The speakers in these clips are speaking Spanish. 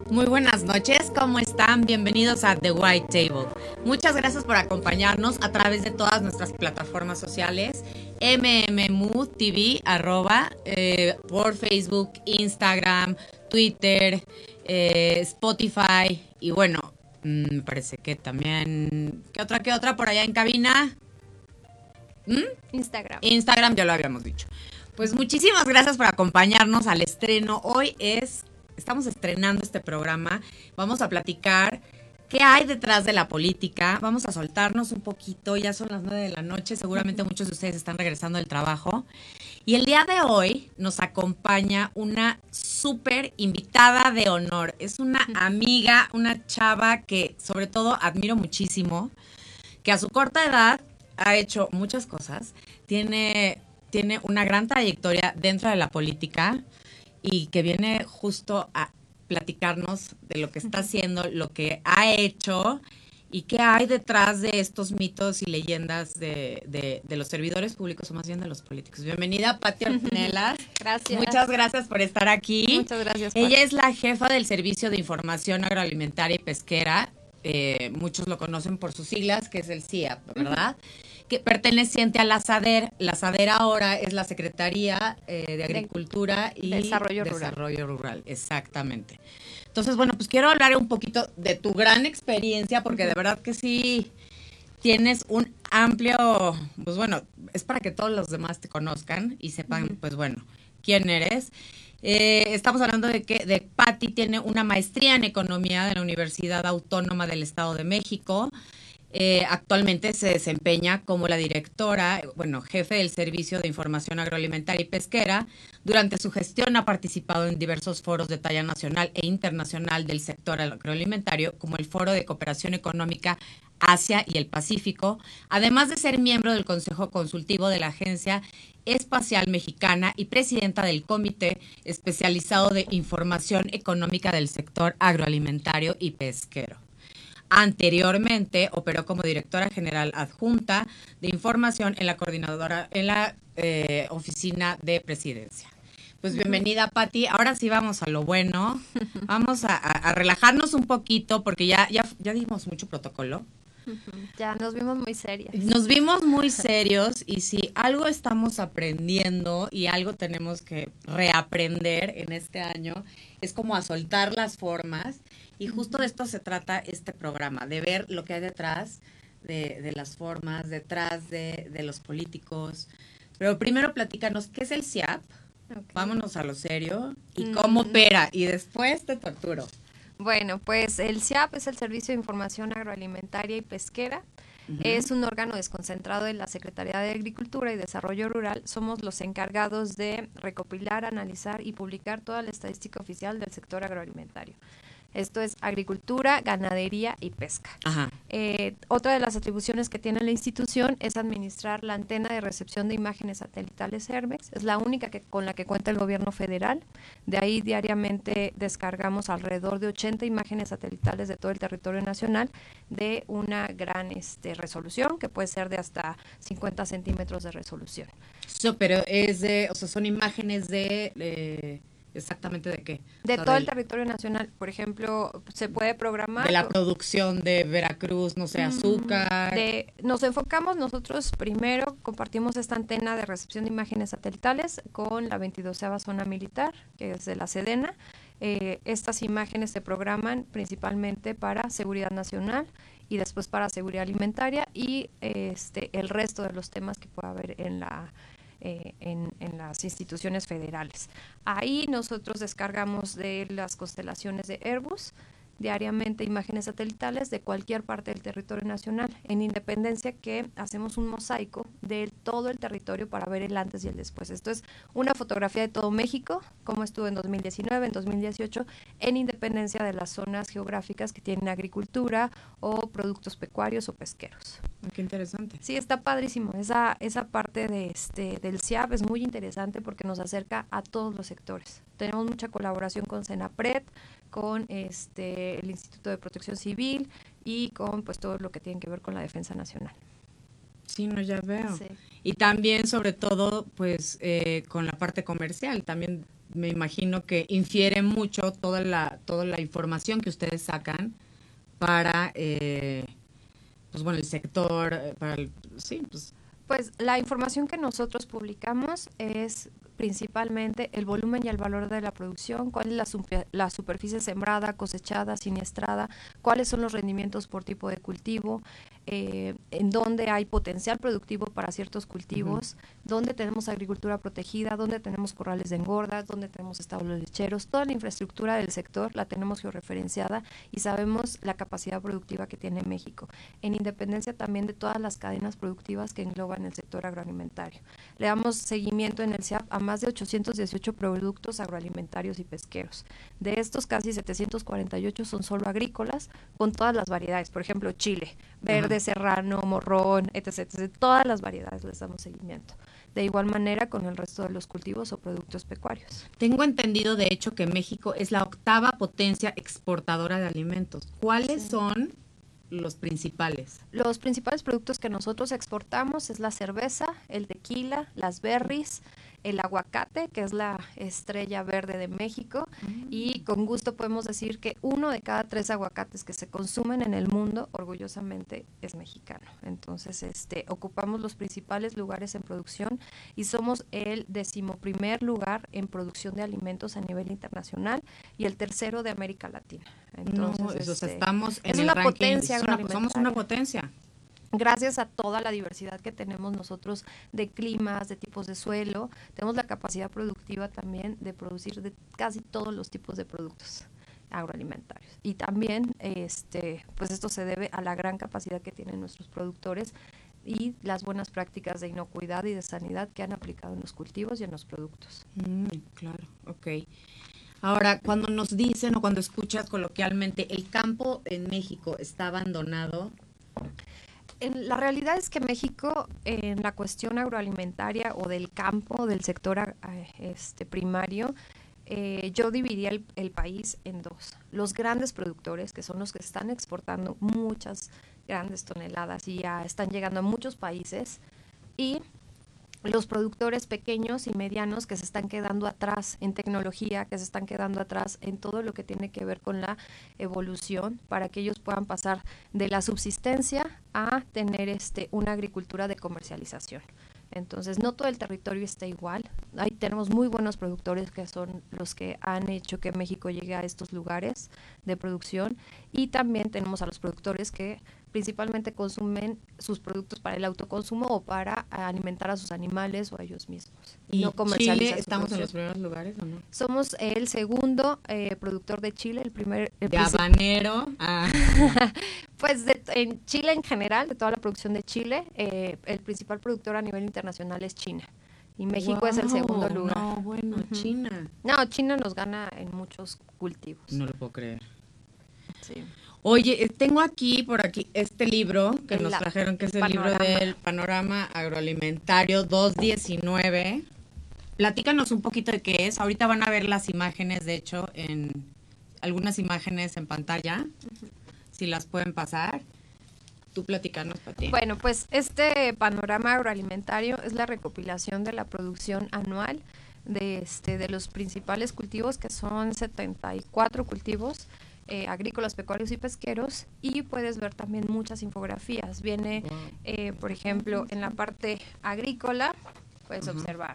Muy buenas noches, ¿cómo están? Bienvenidos a The White Table. Muchas gracias por acompañarnos a través de todas nuestras plataformas sociales, MMMU TV, por Facebook, Instagram, Twitter, Spotify y bueno, me parece que también... ¿Qué otra por allá en cabina? Instagram, ya lo habíamos dicho. Pues muchísimas gracias por acompañarnos al estreno. Estamos estrenando este programa. Vamos a platicar qué hay detrás de la política. Vamos a soltarnos un poquito. Ya son las 9 de la noche. Seguramente muchos de ustedes están regresando del trabajo. Y el día de hoy nos acompaña una súper invitada de honor. Es una amiga, una chava que sobre todo admiro muchísimo, que a su corta edad ha hecho muchas cosas. Tiene una gran trayectoria dentro de la política y que viene justo a platicarnos de lo que está haciendo, lo que ha hecho y qué hay detrás de estos mitos y leyendas de los servidores públicos o más bien de los políticos. Bienvenida, Pati Ornelas. Gracias. Muchas gracias por estar aquí. Muchas gracias, Pati. Ella es la jefa del Servicio de Información Agroalimentaria y Pesquera. Muchos lo conocen por sus siglas, que es el CIAP, ¿verdad? Que perteneciente a la SADER. La SADER ahora es la Secretaría de Agricultura y Desarrollo Rural. Exactamente. Entonces, bueno, pues quiero hablar un poquito de tu gran experiencia, porque de verdad que sí tienes un amplio, pues bueno, es para que todos los demás te conozcan y sepan, pues bueno, quién eres. Estamos hablando de que Pati tiene una maestría en Economía de la Universidad Autónoma del Estado de México. Actualmente se desempeña como la directora, jefe del Servicio de Información Agroalimentaria y Pesquera. Durante su gestión ha participado en diversos foros de talla nacional e internacional del sector agroalimentario, como el Foro de Cooperación Económica Asia y el Pacífico, además de ser miembro del Consejo Consultivo de la Agencia Espacial Mexicana y presidenta del Comité Especializado de Información Económica del Sector Agroalimentario y Pesquero. Anteriormente operó como directora general adjunta de información en la oficina de presidencia. Pues bienvenida, Pati. Ahora sí vamos a lo bueno. Vamos a relajarnos un poquito porque ya dimos mucho protocolo. Ya nos vimos muy serias. Nos vimos muy serios y si algo estamos aprendiendo y algo tenemos que reaprender en este año es como a soltar las formas. Y justo de esto se trata este programa, de ver lo que hay detrás de las formas, detrás de los políticos. Pero primero platícanos, ¿qué es el CIAP? Okay. Vámonos a lo serio. ¿Y cómo opera? Y después te torturo. Bueno, pues el CIAP es el Servicio de Información Agroalimentaria y Pesquera. Es un órgano desconcentrado de la Secretaría de Agricultura y Desarrollo Rural. Somos los encargados de recopilar, analizar y publicar toda la estadística oficial del sector agroalimentario. Esto es agricultura, ganadería y pesca. Ajá. Otra de las atribuciones que tiene la institución es administrar la antena de recepción de imágenes satelitales Hermex. Es la única con la que cuenta el gobierno federal. De ahí diariamente descargamos alrededor de 80 imágenes satelitales de todo el territorio nacional de una gran resolución, que puede ser de hasta 50 centímetros de resolución. Pero son imágenes de... ¿Exactamente de qué? De todo el territorio nacional. Por ejemplo, se puede programar... De la producción de Veracruz, azúcar... Nos enfocamos nosotros primero, compartimos esta antena de recepción de imágenes satelitales con la 22ª Zona Militar, que es de la Sedena. Estas imágenes se programan principalmente para seguridad nacional y después para seguridad alimentaria y el resto de los temas que pueda haber en las instituciones federales. Ahí nosotros descargamos de las constelaciones de Airbus diariamente imágenes satelitales de cualquier parte del territorio nacional, en independencia que hacemos un mosaico de todo el territorio para ver el antes y el después. Esto es una fotografía de todo México, como estuvo en 2019, en 2018, en independencia de las zonas geográficas que tienen agricultura o productos pecuarios o pesqueros. Qué interesante. Sí, está padrísimo. Esa parte del CIAP es muy interesante porque nos acerca a todos los sectores. Tenemos mucha colaboración con Senapred, con el Instituto de Protección Civil y con pues todo lo que tiene que ver con la defensa nacional. Sí, no, ya veo. Sí. Y también, sobre todo, pues, con la parte comercial, también me imagino que infiere mucho toda la información que ustedes sacan para, pues bueno, el sector, para el, sí, pues. Pues la información que nosotros publicamos es principalmente el volumen y el valor de la producción, cuál es la superficie sembrada, cosechada, siniestrada, cuáles son los rendimientos por tipo de cultivo, en dónde hay potencial productivo para ciertos cultivos, dónde tenemos agricultura protegida, dónde tenemos corrales de engorda, dónde tenemos establos lecheros, toda la infraestructura del sector la tenemos georreferenciada y sabemos la capacidad productiva que tiene México, en independencia también de todas las cadenas productivas que engloban el sector agroalimentario. Le damos seguimiento en el CIAP a más de 818 productos agroalimentarios y pesqueros. De estos, casi 748 son solo agrícolas, con todas las variedades, por ejemplo, chile, verde, serrano, morrón, etc. Todas las variedades les damos seguimiento. De igual manera con el resto de los cultivos o productos pecuarios. Tengo entendido, de hecho, que México es la 8ª potencia exportadora de alimentos. ¿Cuáles son los principales? Los principales productos que nosotros exportamos es la cerveza, el tequila, las berries, el aguacate, que es la estrella verde de México, y con gusto podemos decir que 1 de cada 3 aguacates que se consumen en el mundo, orgullosamente, es mexicano. Entonces, ocupamos los principales lugares en producción y somos el 11º lugar en producción de alimentos a nivel internacional y el 3º de América Latina. Entonces, estamos en es el una ranking, potencia agroalimentaria. somos una potencia. Gracias a toda la diversidad que tenemos nosotros de climas, de tipos de suelo, tenemos la capacidad productiva también de producir de casi todos los tipos de productos agroalimentarios. Y también, pues esto se debe a la gran capacidad que tienen nuestros productores y las buenas prácticas de inocuidad y de sanidad que han aplicado en los cultivos y en los productos. Claro, ok. Ahora, cuando nos dicen o cuando escuchas coloquialmente, el campo en México está abandonado. La realidad es que México, en la cuestión agroalimentaria o del campo, del sector primario, yo dividiría el país en dos. Los grandes productores, que son los que están exportando muchas grandes toneladas y ya están llegando a muchos países, y los productores pequeños y medianos que se están quedando atrás en tecnología, que se están quedando atrás en todo lo que tiene que ver con la evolución para que ellos puedan pasar de la subsistencia a tener una agricultura de comercialización. Entonces, no todo el territorio está igual. Ahí tenemos muy buenos productores que son los que han hecho que México llegue a estos lugares de producción, y también tenemos a los productores que principalmente consumen sus productos para el autoconsumo o para alimentar a sus animales o a ellos mismos. ¿Y no Chile estamos en los primeros lugares o no? Somos el segundo productor de Chile, el primer... de habanero. Pues en Chile en general, de toda la producción de Chile, el principal productor a nivel internacional es China. Y México es el segundo lugar. No, bueno, China. No, China nos gana en muchos cultivos. No lo puedo creer. Sí. Oye, tengo por aquí este libro que nos trajeron, que es el libro del Panorama Agroalimentario 2019. Platícanos un poquito de qué es. Ahorita van a ver las imágenes, de hecho, algunas imágenes en pantalla, si las pueden pasar. Tú platícanos, Pati. Bueno, pues este panorama agroalimentario es la recopilación de la producción anual de los principales cultivos, que son 74 cultivos agrícolas, pecuarios y pesqueros, y puedes ver también muchas infografías. Viene, por ejemplo, en la parte agrícola, puedes observar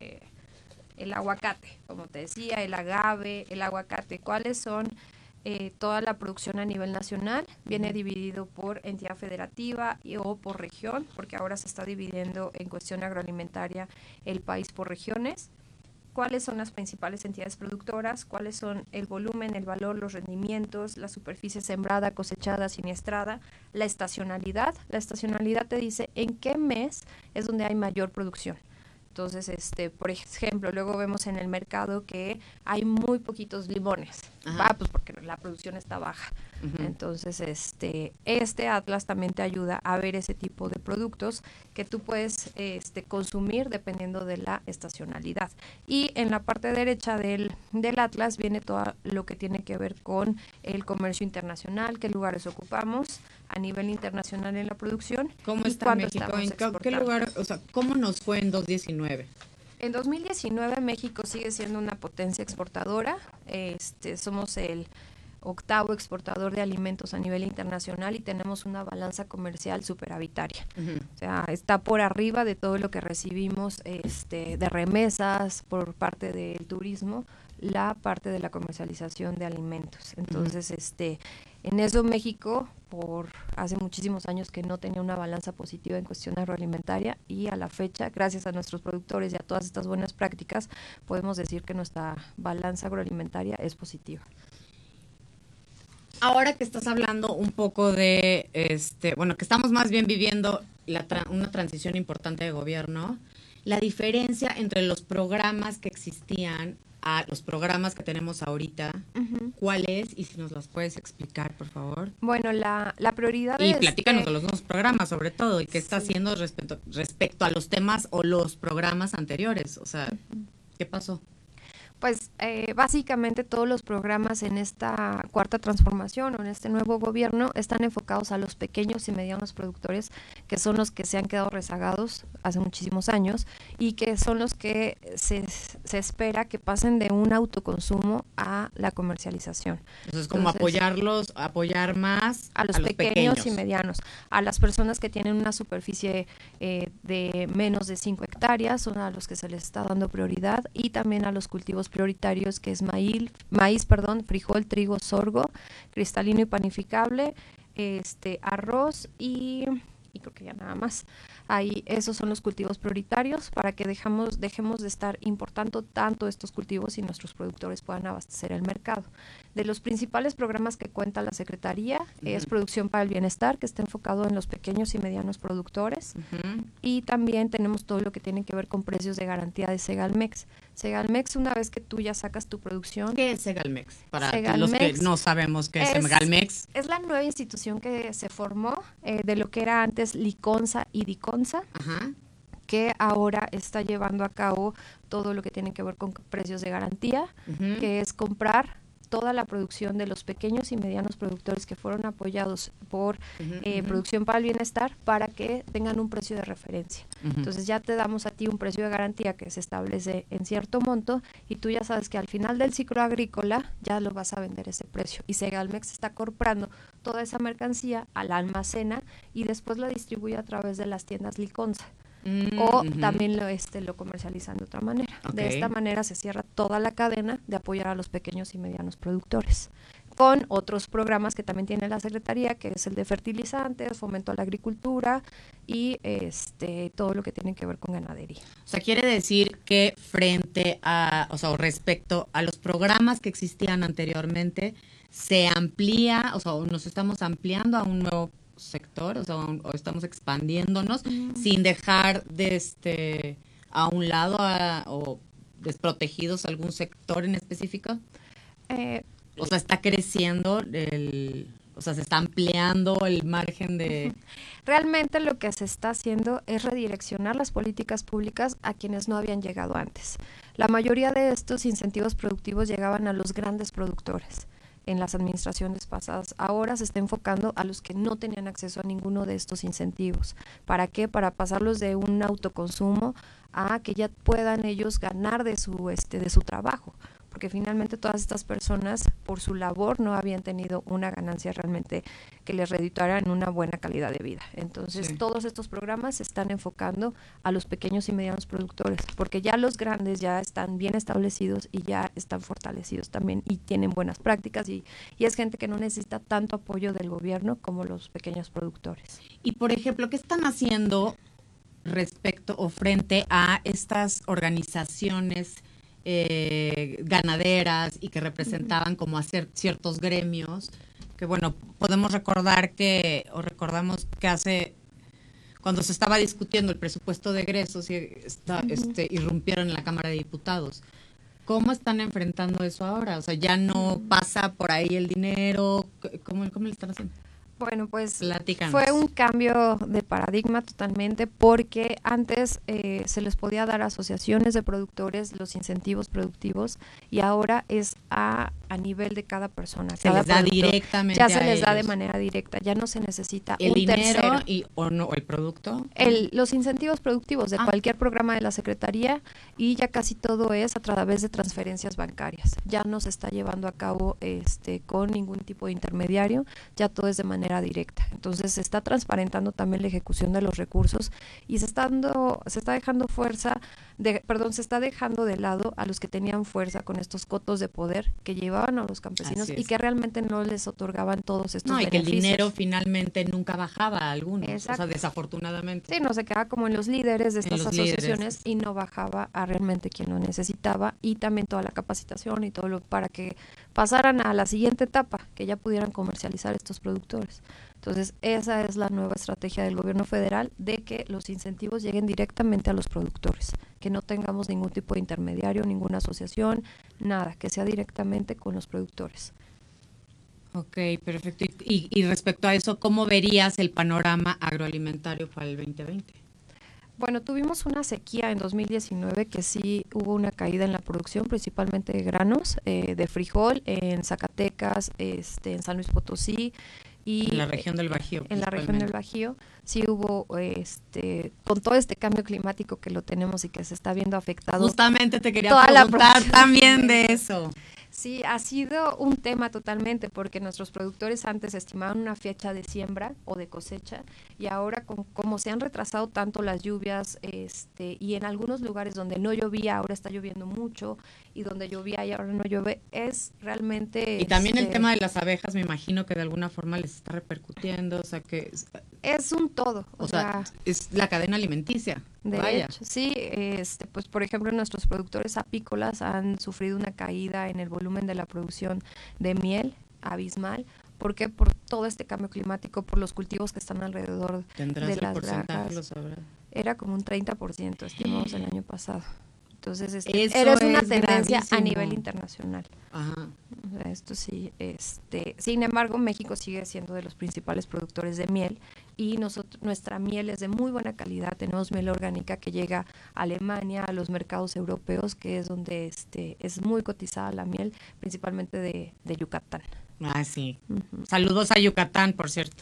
el aguacate, como te decía, el agave, el aguacate, cuáles son toda la producción a nivel nacional. Viene dividido por entidad federativa o por región, porque ahora se está dividiendo en cuestión agroalimentaria el país por regiones. Cuáles son las principales entidades productoras, cuáles son el volumen, el valor, los rendimientos, la superficie sembrada, cosechada, siniestrada, la estacionalidad. La estacionalidad te dice en qué mes es donde hay mayor producción. Entonces, por ejemplo, luego vemos en el mercado que hay muy poquitos limones, pues porque la producción está baja. Entonces, este atlas también te ayuda a ver ese tipo de productos que tú puedes consumir dependiendo de la estacionalidad. Y en la parte derecha del atlas viene todo lo que tiene que ver con el comercio internacional, qué lugares ocupamos a nivel internacional en la producción. ¿Cómo está México? ¿En qué lugar? O sea, ¿cómo nos fue en 2019? En 2019 México sigue siendo una potencia exportadora. Somos el 8º exportador de alimentos a nivel internacional y tenemos una balanza comercial superavitaria. O sea, está por arriba de todo lo que recibimos de remesas por parte del turismo, la parte de la comercialización de alimentos. Entonces, en eso México, por hace muchísimos años que no tenía una balanza positiva en cuestión agroalimentaria, y a la fecha, gracias a nuestros productores y a todas estas buenas prácticas, podemos decir que nuestra balanza agroalimentaria es positiva. Ahora que estás hablando un poco de, que estamos más bien viviendo una transición importante de gobierno, la diferencia entre los programas que existían a los programas que tenemos ahorita, ¿cuál es? Y si nos las puedes explicar, por favor. Bueno, la prioridad es... Y platícanos de los nuevos programas, sobre todo, y qué está haciendo respecto a los temas o los programas anteriores. O sea, ¿qué pasó? Pues básicamente todos los programas en esta cuarta transformación o en este nuevo gobierno están enfocados a los pequeños y medianos productores, que son los que se han quedado rezagados hace muchísimos años y que son los que se espera que pasen de un autoconsumo a la comercialización. Entonces, como apoyar más a los pequeños y medianos, a las personas que tienen una superficie de menos de 5 hectáreas, son a los que se les está dando prioridad, y también a los cultivos prioritarios, que es maíz, frijol, trigo, sorgo, cristalino y panificable, arroz y creo que ya nada más. Ahí esos son los cultivos prioritarios para que dejemos de estar importando tanto estos cultivos y nuestros productores puedan abastecer el mercado. De los principales programas que cuenta la Secretaría es Producción para el Bienestar, que está enfocado en los pequeños y medianos productores, y también tenemos todo lo que tiene que ver con precios de garantía de Segalmex. Segalmex, una vez que tú ya sacas tu producción... ¿Qué es Segalmex? Para los que no sabemos qué es Segalmex. Es la nueva institución que se formó de lo que era antes Liconza y Diconza, que ahora está llevando a cabo todo lo que tiene que ver con precios de garantía, que es comprar toda la producción de los pequeños y medianos productores que fueron apoyados por Producción para el Bienestar, para que tengan un precio de referencia. Entonces ya te damos a ti un precio de garantía que se establece en cierto monto, y tú ya sabes que al final del ciclo agrícola ya lo vas a vender ese precio, y Segalmex está comprando toda esa mercancía, a la almacena y después la distribuye a través de las tiendas Liconza. O también lo comercializan de otra manera. De esta manera se cierra toda la cadena de apoyar a los pequeños y medianos productores, con otros programas que también tiene la Secretaría, que es el de fertilizantes, fomento a la agricultura y todo lo que tiene que ver con ganadería. O sea, quiere decir que frente a, o respecto a los programas que existían anteriormente, se amplía, o nos estamos ampliando a un nuevo sector, o estamos expandiéndonos sin dejar de a un lado o desprotegidos algún sector en específico. O sea, está creciendo se está ampliando el margen de... Realmente lo que se está haciendo es redireccionar las políticas públicas a quienes no habían llegado antes. La mayoría de estos incentivos productivos llegaban a los grandes productores en las administraciones pasadas. Ahora se está enfocando a los que no tenían acceso a ninguno de estos incentivos. ¿Para qué? Para pasarlos de un autoconsumo a que ya puedan ellos ganar de su trabajo, porque finalmente todas estas personas por su labor no habían tenido una ganancia realmente que les redituara en una buena calidad de vida. Entonces todos estos programas se están enfocando a los pequeños y medianos productores, porque ya los grandes ya están bien establecidos y ya están fortalecidos también y tienen buenas prácticas, y es gente que no necesita tanto apoyo del gobierno como los pequeños productores. Y por ejemplo, ¿qué están haciendo respecto o frente a estas organizaciones ganaderas y que representaban como hacer ciertos gremios, que recordamos que cuando se estaba discutiendo el presupuesto de egresos irrumpieron en la Cámara de Diputados? ¿Cómo están enfrentando eso ahora? O sea, ya no pasa por ahí el dinero. ¿Cómo le están haciendo? Bueno, pues Platícanos. Fue un cambio de paradigma totalmente, porque antes se les podía dar a asociaciones de productores los incentivos productivos, y ahora es a a nivel de cada persona. Se les da directamente ya se a les da de ellos. manera directa, ya no se necesita el un dinero tercero. o el producto. Los incentivos productivos de cualquier programa de la Secretaría, y ya casi todo es a través de transferencias bancarias. Ya no se está llevando a cabo con ningún tipo de intermediario, ya todo es de manera directa. Entonces se está transparentando también la ejecución de los recursos y se está dejando de lado a los que tenían fuerza con estos cotos de poder que llevaban a los campesinos y que realmente no les otorgaban todos estos beneficios. Y que el dinero finalmente nunca bajaba a algunos. Exacto. O sea, desafortunadamente. Sí, no, se quedaba como en los líderes de estas asociaciones y no bajaba a realmente quien lo necesitaba, y también toda la capacitación y todo lo para que pasaran a la siguiente etapa, que ya pudieran comercializar estos productores. Entonces, esa es la nueva estrategia del gobierno federal, de que los incentivos lleguen directamente a los productores, que no tengamos ningún tipo de intermediario, ninguna asociación, nada, que sea directamente con los productores. Ok, perfecto. Y respecto a eso, ¿cómo verías el panorama agroalimentario para el 2020? Bueno, tuvimos una sequía en 2019 que sí hubo una caída en la producción, principalmente de granos, de frijol, en Zacatecas, en San Luis Potosí, y en la región del Bajío. En la región del Bajío sí hubo, con todo este cambio climático que lo tenemos y que se está viendo afectado. Justamente te quería preguntar también de eso. Sí, ha sido un tema totalmente, porque nuestros productores antes estimaban una fecha de siembra o de cosecha, y ahora como se han retrasado tanto las lluvias, y en algunos lugares donde no llovía ahora está lloviendo mucho, y donde llovía y ahora no llueve, es realmente... Y también el tema de las abejas, me imagino que de alguna forma les está repercutiendo, o sea que... Es un todo. O sea, es la cadena alimenticia. De hecho, sí, pues por ejemplo nuestros productores apícolas han sufrido una caída en el volumen de la producción de miel abismal. ¿Por qué? Por todo este cambio climático, por los cultivos que están alrededor de las granjas. Era como un 30%, estimamos el año pasado. Entonces, eres una tendencia a nivel internacional. Ajá. Esto sí, sin embargo, México sigue siendo de los principales productores de miel, y nuestra miel es de muy buena calidad. Tenemos miel orgánica que llega a Alemania, a los mercados europeos, que es donde es muy cotizada la miel, principalmente de Yucatán. Ah, sí. Uh-huh. Saludos a Yucatán, por cierto.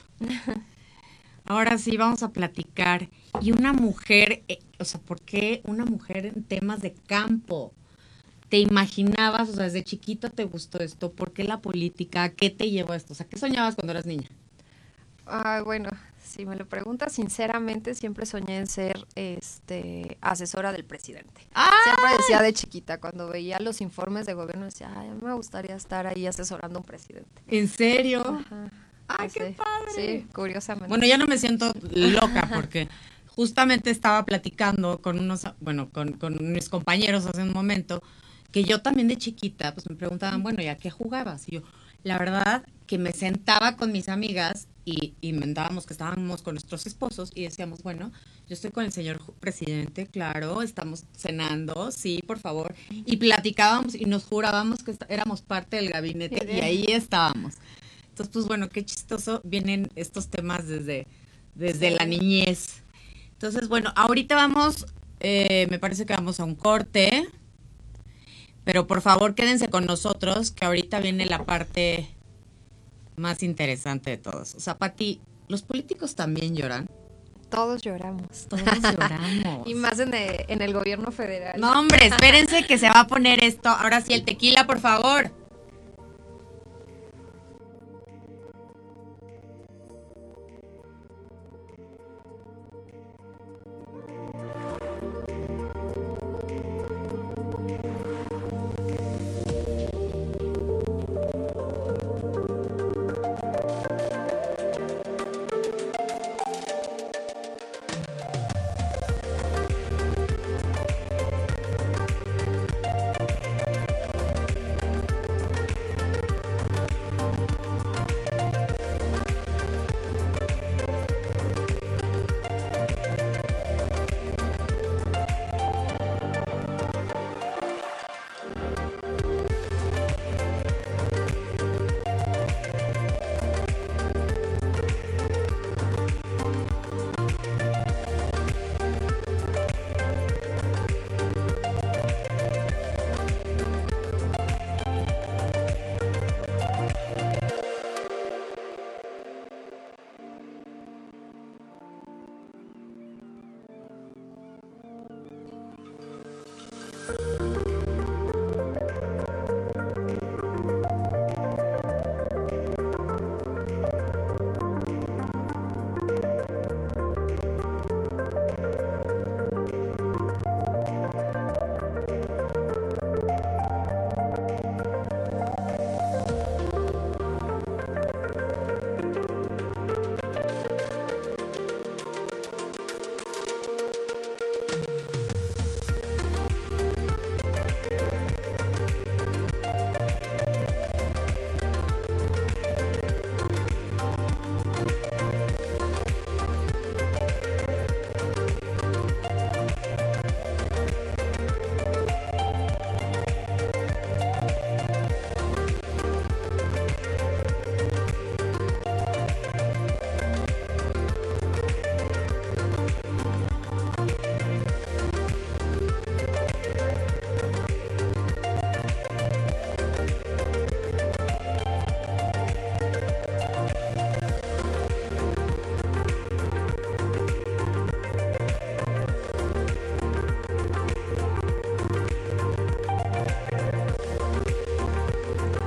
Ahora sí, vamos a platicar. Y una mujer, ¿por qué una mujer en temas de campo? ¿Te imaginabas, desde chiquito te gustó esto? ¿Por qué la política? ¿Qué te llevó a esto? ¿Qué soñabas cuando eras niña? Bueno, si me lo preguntas, sinceramente siempre soñé en ser asesora del presidente. ¡Ay! Siempre decía de chiquita, cuando veía los informes de gobierno, decía, ay, me gustaría estar ahí asesorando a un presidente. ¿En serio? Ajá. ¡Ay, qué padre! Sí, curiosamente. Bueno, ya no me siento loca porque justamente estaba platicando con con mis compañeros hace un momento, que yo también de chiquita, pues me preguntaban, bueno, ¿y a qué jugabas? Y yo, la verdad, que me sentaba con mis amigas y inventábamos que estábamos con nuestros esposos y decíamos, bueno, yo estoy con el señor presidente, claro, estamos cenando, sí, por favor, y platicábamos y nos jurábamos que éramos parte del gabinete y ahí estábamos. Entonces, pues bueno, qué chistoso vienen estos temas desde la niñez. Entonces, bueno, ahorita vamos, me parece que vamos a un corte, pero por favor quédense con nosotros, que ahorita viene la parte más interesante de todos. O sea, Pati, ¿los políticos también lloran? Todos lloramos. Todos lloramos. Y más en el gobierno federal. No, hombre, espérense que se va a poner esto. Ahora sí, el tequila, por favor.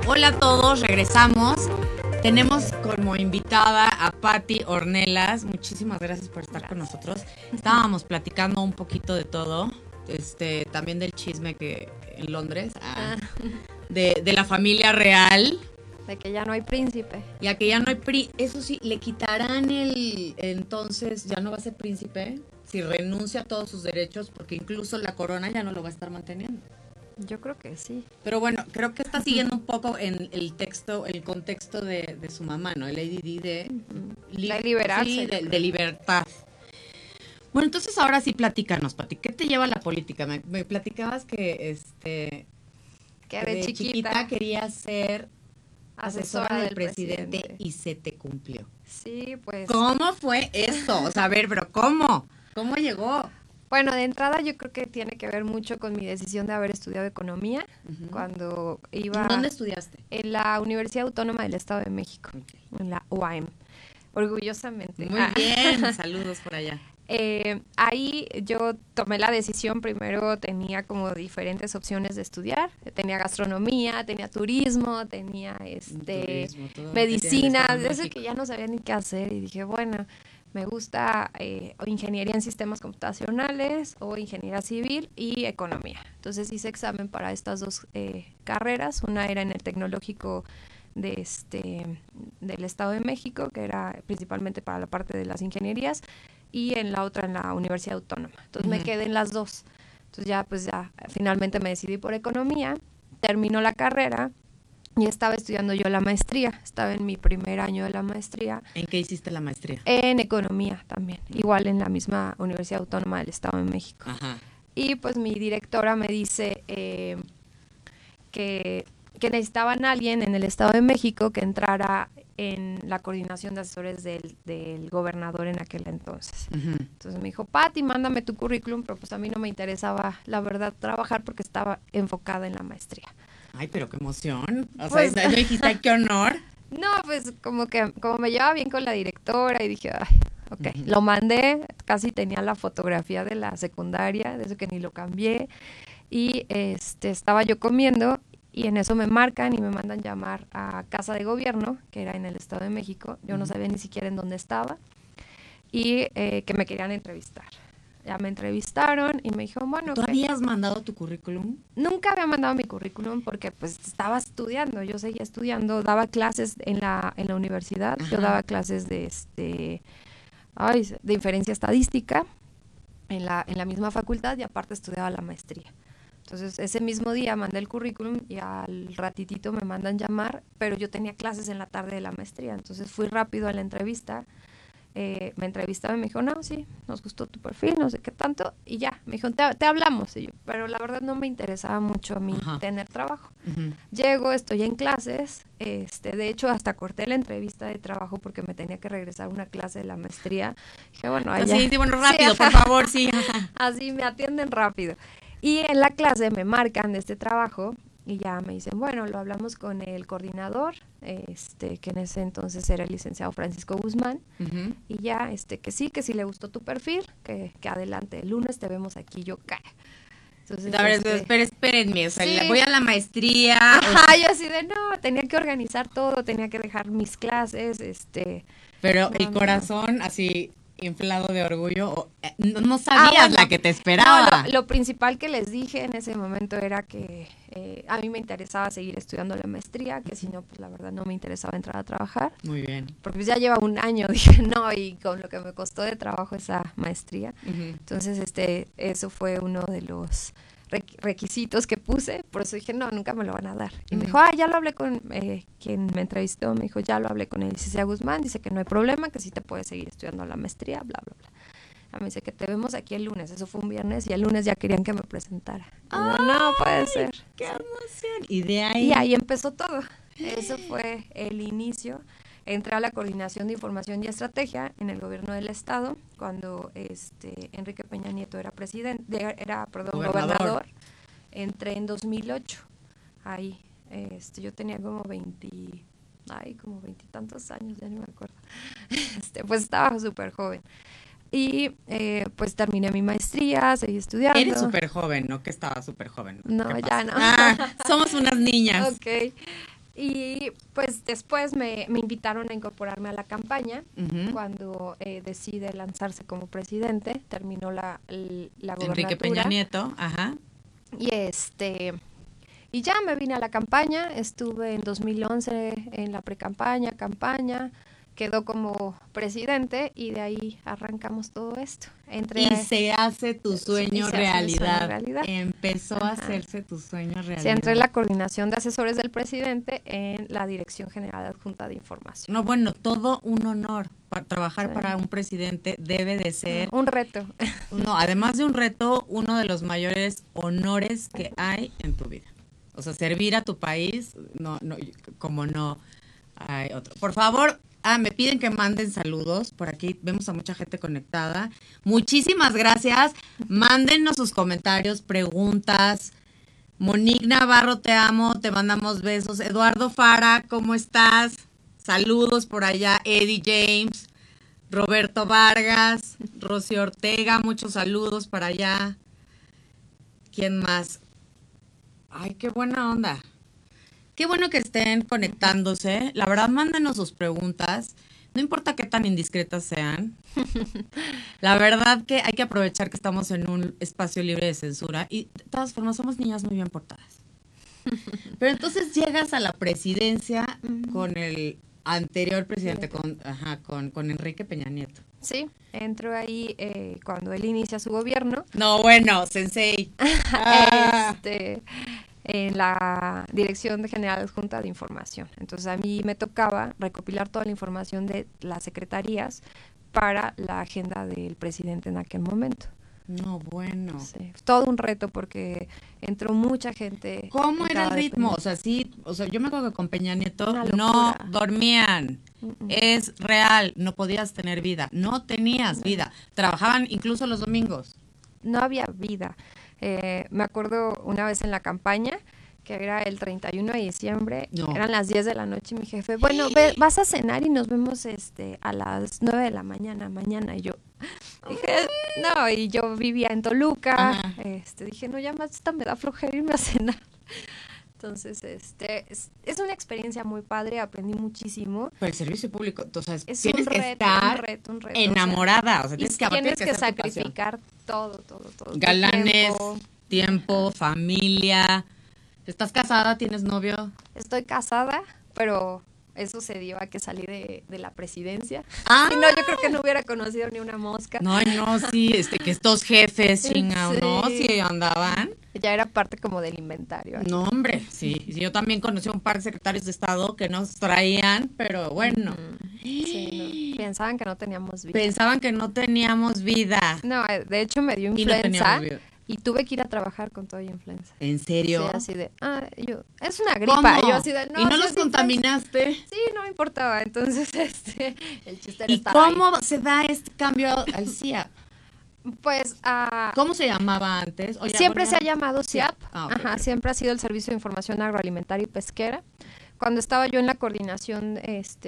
Hola a todos, regresamos. Tenemos como invitada a Patti Ornelas. Muchísimas gracias por estar con nosotros. Estábamos platicando un poquito de todo, también del chisme que en Londres, de la familia real. De que ya no hay príncipe. Ya que ya no hay eso sí, le quitarán entonces ya no va a ser príncipe si renuncia a todos sus derechos, porque incluso la corona ya no lo va a estar manteniendo. Yo creo que sí. Pero bueno, creo que está siguiendo un poco en el contexto de su mamá, ¿no? Lady Di de liberarse. Sí, de libertad. Bueno, entonces ahora sí platícanos, Pati. ¿Qué te lleva a la política? Me platicabas que que de chiquita querías ser asesora del presidente y se te cumplió. Sí, pues. ¿Cómo fue eso? O sea, a ver, pero ¿cómo? ¿Cómo llegó? Bueno, de entrada yo creo que tiene que ver mucho con mi decisión de haber estudiado economía cuando iba... ¿En dónde estudiaste? En la Universidad Autónoma del Estado de México, en la UAM, orgullosamente. Muy bien, saludos por allá. Ahí yo tomé la decisión, primero tenía como diferentes opciones de estudiar, tenía gastronomía, tenía turismo, tenía medicina, de eso que ya no sabía ni qué hacer y dije, bueno, me gusta ingeniería en sistemas computacionales o ingeniería civil y economía. Entonces hice examen para estas dos carreras. Una era en el tecnológico del Estado de México, que era principalmente para la parte de las ingenierías, y en la otra en la Universidad Autónoma. Entonces me quedé en las dos. Entonces ya finalmente me decidí por economía, terminó la carrera. Y estaba estudiando yo la maestría, estaba en mi primer año de la maestría. ¿En qué hiciste la maestría? En economía también, igual en la misma Universidad Autónoma del Estado de México. Ajá. Y pues mi directora me dice que necesitaban a alguien en el Estado de México que entrara en la coordinación de asesores del gobernador en aquel entonces. Entonces me dijo, Patti, mándame tu currículum, pero pues a mí no me interesaba, la verdad, trabajar porque estaba enfocada en la maestría. Ay, pero qué emoción. O pues, sea, ¿no dijiste, ay, qué honor? No, pues como me llevaba bien con la directora y dije, ay, ok. Lo mandé, casi tenía la fotografía de la secundaria, de eso que ni lo cambié. Y estaba yo comiendo y en eso me marcan y me mandan llamar a Casa de Gobierno, que era en el Estado de México. Yo no sabía ni siquiera en dónde estaba y que me querían entrevistar. Ya me entrevistaron y me dijeron, bueno... ¿Tú habías mandado tu currículum? Nunca había mandado mi currículum porque pues estaba estudiando, yo seguía estudiando, daba clases en la universidad. Ajá. Yo daba clases de inferencia estadística en la misma facultad y aparte estudiaba la maestría. Entonces ese mismo día mandé el currículum y al ratitito me mandan llamar, pero yo tenía clases en la tarde de la maestría, entonces fui rápido a la entrevista. Me entrevistaba y me dijo, no, sí, nos gustó tu perfil, no sé qué tanto, y ya, me dijo, te hablamos, y yo, pero la verdad no me interesaba mucho a mí tener trabajo. Llego, estoy en clases, de hecho hasta corté la entrevista de trabajo porque me tenía que regresar a una clase de la maestría. Dije, bueno, allá. Sí, bueno, rápido, sí, por favor, sí. Así me atienden rápido. Y en la clase me marcan de este trabajo y ya me dicen, bueno, lo hablamos con el coordinador, que en ese entonces era el licenciado Francisco Guzmán, y ya, que sí le gustó tu perfil, que adelante, el lunes te vemos aquí, yo cae. Entonces, a ver, espérenme, o sea, sí. Voy a la maestría. Ajá, yo así de, no, tenía que organizar todo, tenía que dejar mis clases, Pero el corazón así... inflado de orgullo, no sabías la que te esperaba. No, lo principal que les dije en ese momento era que a mí me interesaba seguir estudiando la maestría, que si no, pues la verdad no me interesaba entrar a trabajar. Muy bien. Porque pues ya lleva un año, dije, no, y con lo que me costó de trabajo esa maestría. Entonces, eso fue uno de los requisitos que puse, por eso dije, no, nunca me lo van a dar. Y me dijo, ya lo hablé con quien me entrevistó, me dijo, ya lo hablé con el licenciado Guzmán, dice que no hay problema, que sí te puedes seguir estudiando la maestría, bla, bla, bla. Me dice que te vemos aquí el lunes, eso fue un viernes, y el lunes ya querían que me presentara. Y yo, no puede ser. ¡Qué emoción! Y ahí empezó todo. Eso fue el inicio. Entré a la Coordinación de Información y Estrategia en el Gobierno del Estado cuando Enrique Peña Nieto era gobernador. Entré en 2008. Ahí, yo tenía como 20 años, ya no me acuerdo. Pues estaba súper joven. Y pues terminé mi maestría, seguí estudiando. Eres súper joven, ¿no? Que estaba súper joven. No, ya no. Somos unas niñas. Ok. Y pues después me invitaron a incorporarme a la campaña cuando decide lanzarse como presidente, terminó la gobernatura. Enrique Peña Nieto, ajá. Y ya me vine a la campaña, estuve en 2011 en la precampaña, campaña, quedó como presidente y de ahí arrancamos todo esto. Se hace tu sueño realidad. Empezó a hacerse tu sueño realidad. Sí, entré en la coordinación de asesores del presidente en la Dirección General Adjunta de Información. No, bueno, todo un honor. Para trabajar para un presidente debe de ser... Un reto. No, además de un reto, uno de los mayores honores que hay en tu vida. O sea, servir a tu país, no, como no hay otro. Por favor, me piden que manden saludos. Por aquí vemos a mucha gente conectada. Muchísimas gracias. Mándennos sus comentarios, preguntas. Monique Navarro, te amo, te mandamos besos. Eduardo Fara, ¿cómo estás? Saludos por allá. Eddie James, Roberto Vargas, Rocío Ortega, muchos saludos para allá. ¿Quién más? Ay, qué buena onda. Qué bueno que estén conectándose. La verdad, mándenos sus preguntas. No importa qué tan indiscretas sean. La verdad que hay que aprovechar que estamos en un espacio libre de censura. Y de todas formas, somos niñas muy bien portadas. Pero entonces llegas a la presidencia con el anterior presidente, con Enrique Peña Nieto. Sí, entro ahí cuando él inicia su gobierno. No, bueno, sensei. En la Dirección General Adjunta de Información. Entonces a mí me tocaba recopilar toda la información de las secretarías para la agenda del presidente en aquel momento. No, bueno. Sí, todo un reto porque entró mucha gente. ¿Cómo era el ritmo? O sea, yo me acuerdo que con Peña Nieto no dormían. Es real, no podías tener vida, no tenías vida. Trabajaban incluso los domingos. No había vida. Me acuerdo una vez en la campaña, que era el 31 de diciembre, eran las 10 de la noche y mi jefe, bueno, vas a cenar y nos vemos a las 9 de la mañana. Y yo dije, no, y yo vivía en Toluca, dije, no, ya más esta me da flojera irme a cenar. Entonces, es una experiencia muy padre, aprendí muchísimo. Pero el servicio público, entonces tienes que estar enamorada, o sea, tienes que sacrificar todo. Galanes, tiempo, familia. ¿Estás casada? ¿Tienes novio? Estoy casada, pero eso se dio a que salí de la presidencia. Ah. Si no, yo creo que no hubiera conocido ni una mosca. No, sí, que estos jefes, ¿no? Sí, andaban. Ya era parte como del inventario. No, hombre, sí. Yo también conocí a un par de secretarios de Estado que nos traían, pero bueno. Sí, no. Pensaban que no teníamos vida. No, de hecho me dio influenza y tuve que ir a trabajar con todo influenza. ¿En serio? Sí, así de, es una gripa. ¿Cómo? Yo así de, no. ¿Y no los contaminaste? Sí, no me importaba. Entonces, el chiste era estar cómo se da este cambio al CIAP? Pues, ¿cómo se llamaba antes? Siempre se ha llamado CIAP. Okay. Siempre ha sido el Servicio de Información Agroalimentaria y Pesquera. Cuando estaba yo en la coordinación,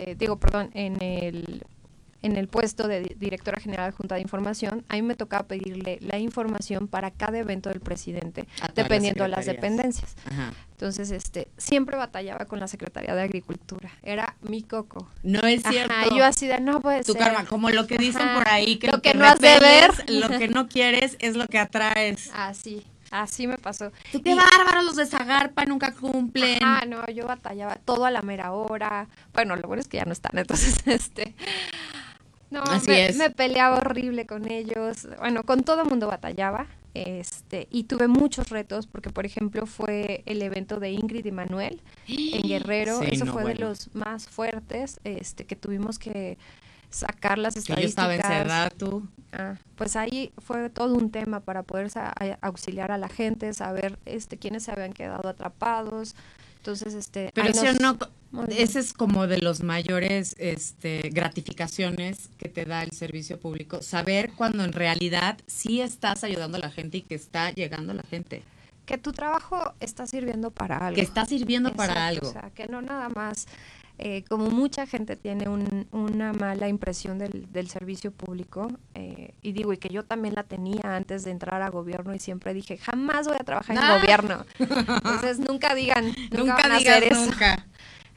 en el puesto de directora general Junta de Información, a mí me tocaba pedirle la información para cada evento del presidente, dependiendo de las dependencias. Ajá. Entonces, siempre batallaba con la Secretaría de Agricultura. Era mi coco. No es cierto. Yo así de, no puede ser. Tu karma, como lo que dicen por ahí, que lo que no has de ver. Lo que no quieres es lo que atraes. Así me pasó. Qué bárbaros, los de Zagarpa nunca cumplen. No, yo batallaba todo a la mera hora. Bueno, lo bueno es que ya no están, entonces, no, me peleaba horrible con ellos. Bueno, con todo el mundo batallaba. Y tuve muchos retos porque, por ejemplo, fue el evento de Ingrid y Manuel en Guerrero. Eso fue de los más fuertes, que tuvimos que sacar las estadísticas. Yo estaba encerrada, tú. Pues ahí fue todo un tema para poder auxiliar a la gente, saber quiénes se habían quedado atrapados. Entonces, pero ese es como de los mayores gratificaciones que te da el servicio público, saber cuando en realidad sí estás ayudando a la gente y que está llegando a la gente. Que tu trabajo está sirviendo para algo. Que está sirviendo para algo. O sea, que no nada más, como mucha gente tiene una mala impresión del servicio público, y que yo también la tenía antes de entrar a gobierno y siempre dije, jamás voy a trabajar en gobierno. Entonces nunca digan, nunca van a hacer eso.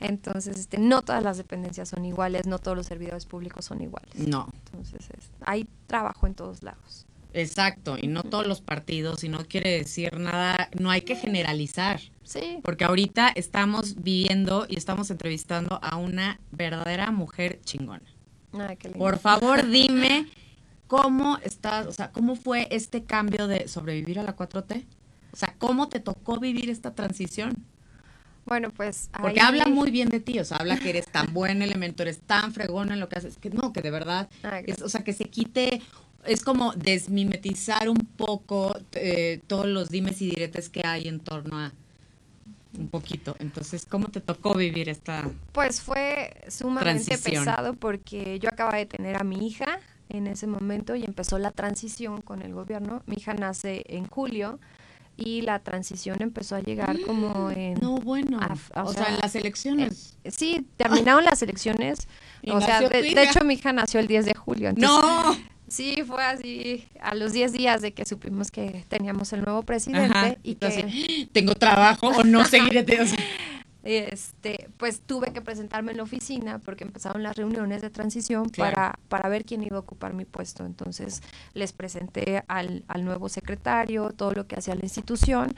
Entonces, no todas las dependencias son iguales, no todos los servidores públicos son iguales. No. Entonces, hay trabajo en todos lados. Exacto, y no todos los partidos, y no quiere decir nada, no hay que generalizar. Sí. Porque ahorita estamos viviendo y estamos entrevistando a una verdadera mujer chingona. Ay, qué lindo. Por favor, dime cómo estás, o sea, cómo fue este cambio de sobrevivir a la 4T. O sea, ¿cómo te tocó vivir esta transición? Bueno, pues Porque habla muy bien de ti, o sea, habla que eres tan buen elemento, eres tan fregón en lo que haces, que no, que de verdad, o sea, que se quite, es como desmimetizar un poco todos los dimes y diretes que hay en torno a un poquito. Entonces, ¿cómo te tocó vivir esta Pues fue sumamente transición? pesado porque yo acababa de tener a mi hija en ese momento y empezó la transición con el gobierno. Mi hija nace en julio y la transición empezó a llegar como en... No, bueno, o sea, en las elecciones. Sí, terminaron las elecciones. Y O sea, nació tu de hija. hecho mi hija nació el 10 de julio. Entonces, ¡No! sí, fue así, a los 10 días de que supimos que teníamos el nuevo presidente. Ajá, y entonces, que ¿tengo trabajo o no seguiré? O sea, pues tuve que presentarme en la oficina porque empezaron las reuniones de transición Claro. para ver quién iba a ocupar mi puesto. Entonces les presenté al nuevo secretario todo lo que hacía la institución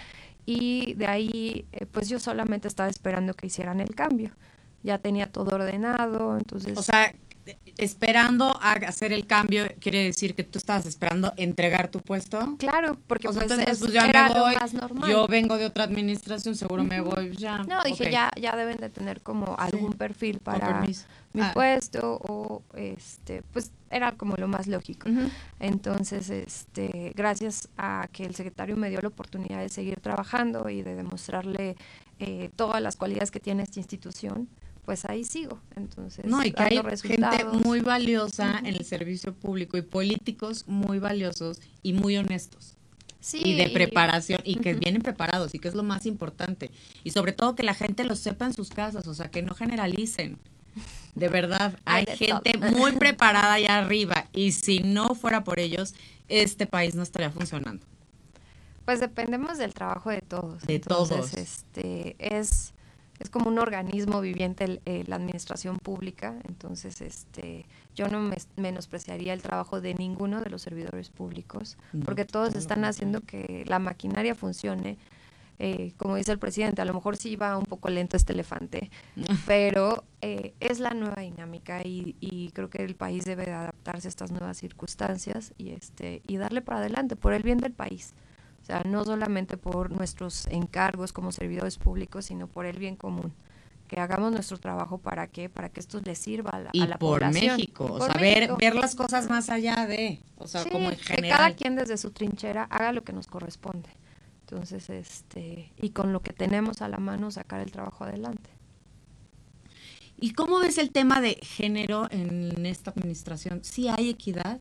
y de ahí pues yo solamente estaba esperando que hicieran el cambio. Ya tenía todo ordenado, entonces... o sea, esperando a hacer el cambio, quiere decir que tú estabas esperando entregar tu puesto. Claro, porque O sea, pues, entonces, pues ya era me voy, lo más normal. yo vengo de otra administración, seguro me voy ya. No, dije, ok. ya deben de tener como algún perfil Con para permiso. mi Ah. puesto o pues era como lo más lógico. Ujú. Entonces, gracias a que el secretario me dio la oportunidad de seguir trabajando y de demostrarle todas las cualidades que tiene esta institución, pues ahí sigo. Entonces, No, y que hay dando gente resultados. muy valiosa en el servicio público y políticos muy valiosos y muy honestos. Sí, Y de preparación, y que vienen preparados, y que es lo más importante. Y sobre todo que la gente lo sepa en sus casas, o sea, que no generalicen. De verdad, hay Hay de gente todo. muy preparada allá arriba, y si no fuera por ellos, este país no estaría funcionando. Pues dependemos del trabajo de todos. De Entonces, todos. es como un organismo viviente la administración pública. Entonces, yo no menospreciaría el trabajo de ninguno de los servidores públicos, No, porque todos todo lo están haciendo que la maquinaria funcione. Como dice el presidente, a lo mejor sí va un poco lento este elefante, pero es la nueva dinámica y creo que el país debe de adaptarse a estas nuevas circunstancias y darle para adelante por el bien del país. O sea, no solamente por nuestros encargos como servidores públicos, sino por el bien común. Que hagamos nuestro trabajo para que esto les sirva a Y la por población. México, Y o por sea, México. ver las cosas más allá de, o sea, Sí, como en que general. cada quien desde su trinchera haga lo que nos corresponde. Entonces, y con lo que tenemos a la mano sacar el trabajo adelante. ¿Y cómo ves el tema de género en esta administración? ¿Sí hay equidad?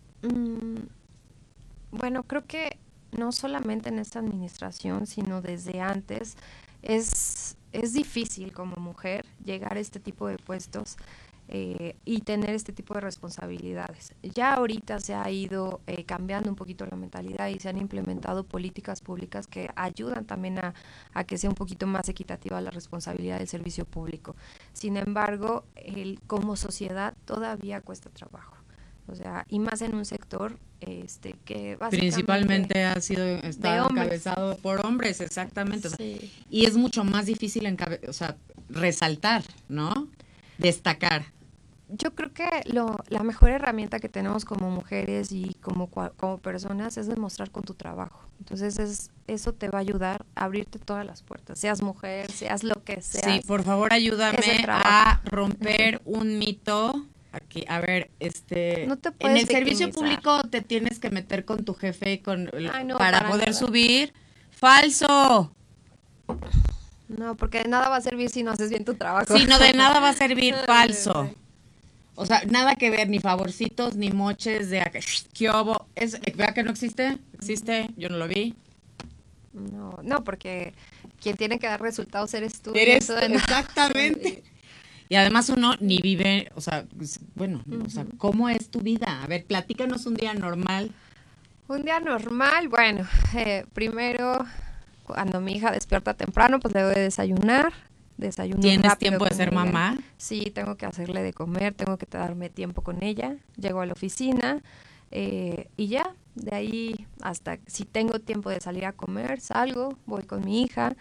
Bueno, creo que no solamente en esta administración, sino desde antes, es difícil como mujer llegar a este tipo de puestos y tener este tipo de responsabilidades. Ya ahorita se ha ido cambiando un poquito la mentalidad y se han implementado políticas públicas que ayudan también a que sea un poquito más equitativa la responsabilidad del servicio público. Sin embargo, como sociedad todavía cuesta trabajo. O sea, y más en un sector que básicamente Principalmente está de hombres. encabezado por hombres, exactamente. O sea, Sí. y es mucho más difícil resaltar, ¿no? Destacar. Yo creo que la mejor herramienta que tenemos como mujeres y como personas es demostrar con tu trabajo. Entonces eso te va a ayudar a abrirte todas las puertas, seas mujer, seas lo que seas. Sí, por favor ayúdame Es el trabajo. a romper un mito. Aquí, a ver, No te en puedes el servicio victimizar. público te tienes que meter con tu jefe Ay, no, para para poder nada. subir. ¡Falso! No, porque de nada va a servir si no haces bien tu trabajo. Sí, no, de nada va a servir. Ay, Falso. sí. O sea, nada que ver, ni favorcitos, ni moches de acá. ¿Qué hubo? ¿Vea que no existe? ¿Existe? Yo no lo vi. No, porque quien tiene que dar resultados eres tú. y Eres eso de nada exactamente. sirve. Y además uno ni vive, o sea, bueno, o sea, ¿cómo es tu vida? A ver, platícanos un día normal. Un día normal, bueno, primero cuando mi hija despierta temprano, pues le doy de desayunar, desayuno ¿Tienes rápido tiempo de con ser ella. mamá? Sí, tengo que hacerle de comer, tengo que darme tiempo con ella. Llego a la oficina y ya, de ahí hasta si tengo tiempo de salir a comer, salgo, voy con mi hija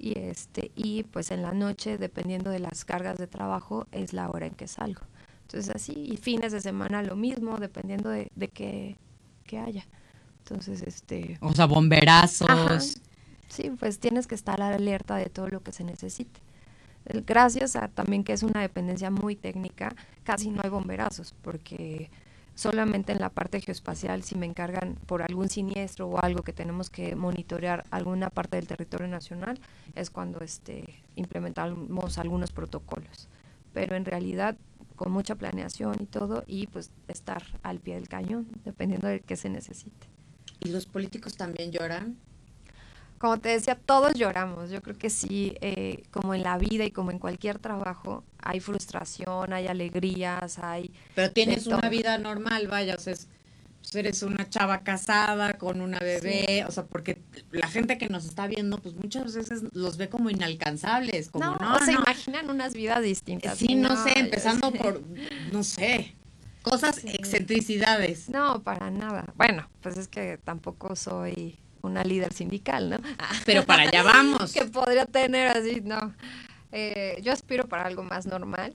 y pues en la noche, dependiendo de las cargas de trabajo, es la hora en que salgo. Entonces así, y fines de semana lo mismo, dependiendo de qué haya. Entonces, O sea, bomberazos. ajá, sí, pues tienes que estar alerta de todo lo que se necesite. Gracias a también que es una dependencia muy técnica, casi no hay bomberazos, porque solamente en la parte geoespacial, si me encargan por algún siniestro o algo que tenemos que monitorear alguna parte del territorio nacional, es cuando implementamos algunos protocolos. Pero en realidad, con mucha planeación y todo, y pues estar al pie del cañón, dependiendo de qué se necesite. ¿Y los políticos también lloran? Como te decía, todos lloramos. Yo creo que sí, como en la vida y como en cualquier trabajo, hay frustración, hay alegrías, hay... Pero tienes de todo. una vida normal, vaya, o sea, pues eres una chava casada con una bebé, Sí. o sea, porque la gente que nos está viendo, pues muchas veces los ve como inalcanzables, como No, no, o se no. imaginan unas vidas distintas. Sí, y no sé, yo empezando sé. por, no sé, cosas, Sí. excentricidades. No, para nada. Bueno, pues es que tampoco soy una líder sindical, ¿no? Pero para allá vamos. Que podría tener así, no. Yo aspiro para algo más normal,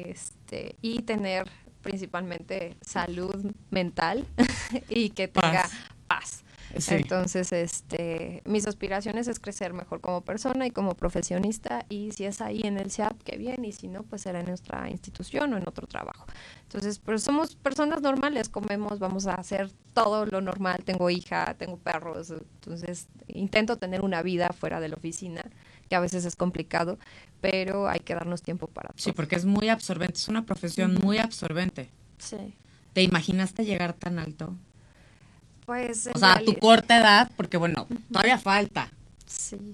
y tener principalmente salud mental y que tenga paz. Sí. Entonces, mis aspiraciones es crecer mejor como persona y como profesionista, y si es ahí en el SEAP, qué bien, y si no, pues será en nuestra institución o en otro trabajo. Entonces, pero somos personas normales, comemos, vamos a hacer todo lo normal, tengo hija, tengo perros, entonces intento tener una vida fuera de la oficina, que a veces es complicado, pero hay que darnos tiempo para todo. Sí, porque es muy absorbente, es una profesión muy absorbente. Sí. ¿Te imaginaste llegar tan alto? Pues, o sea, a tu corta edad, porque bueno, todavía falta. Sí.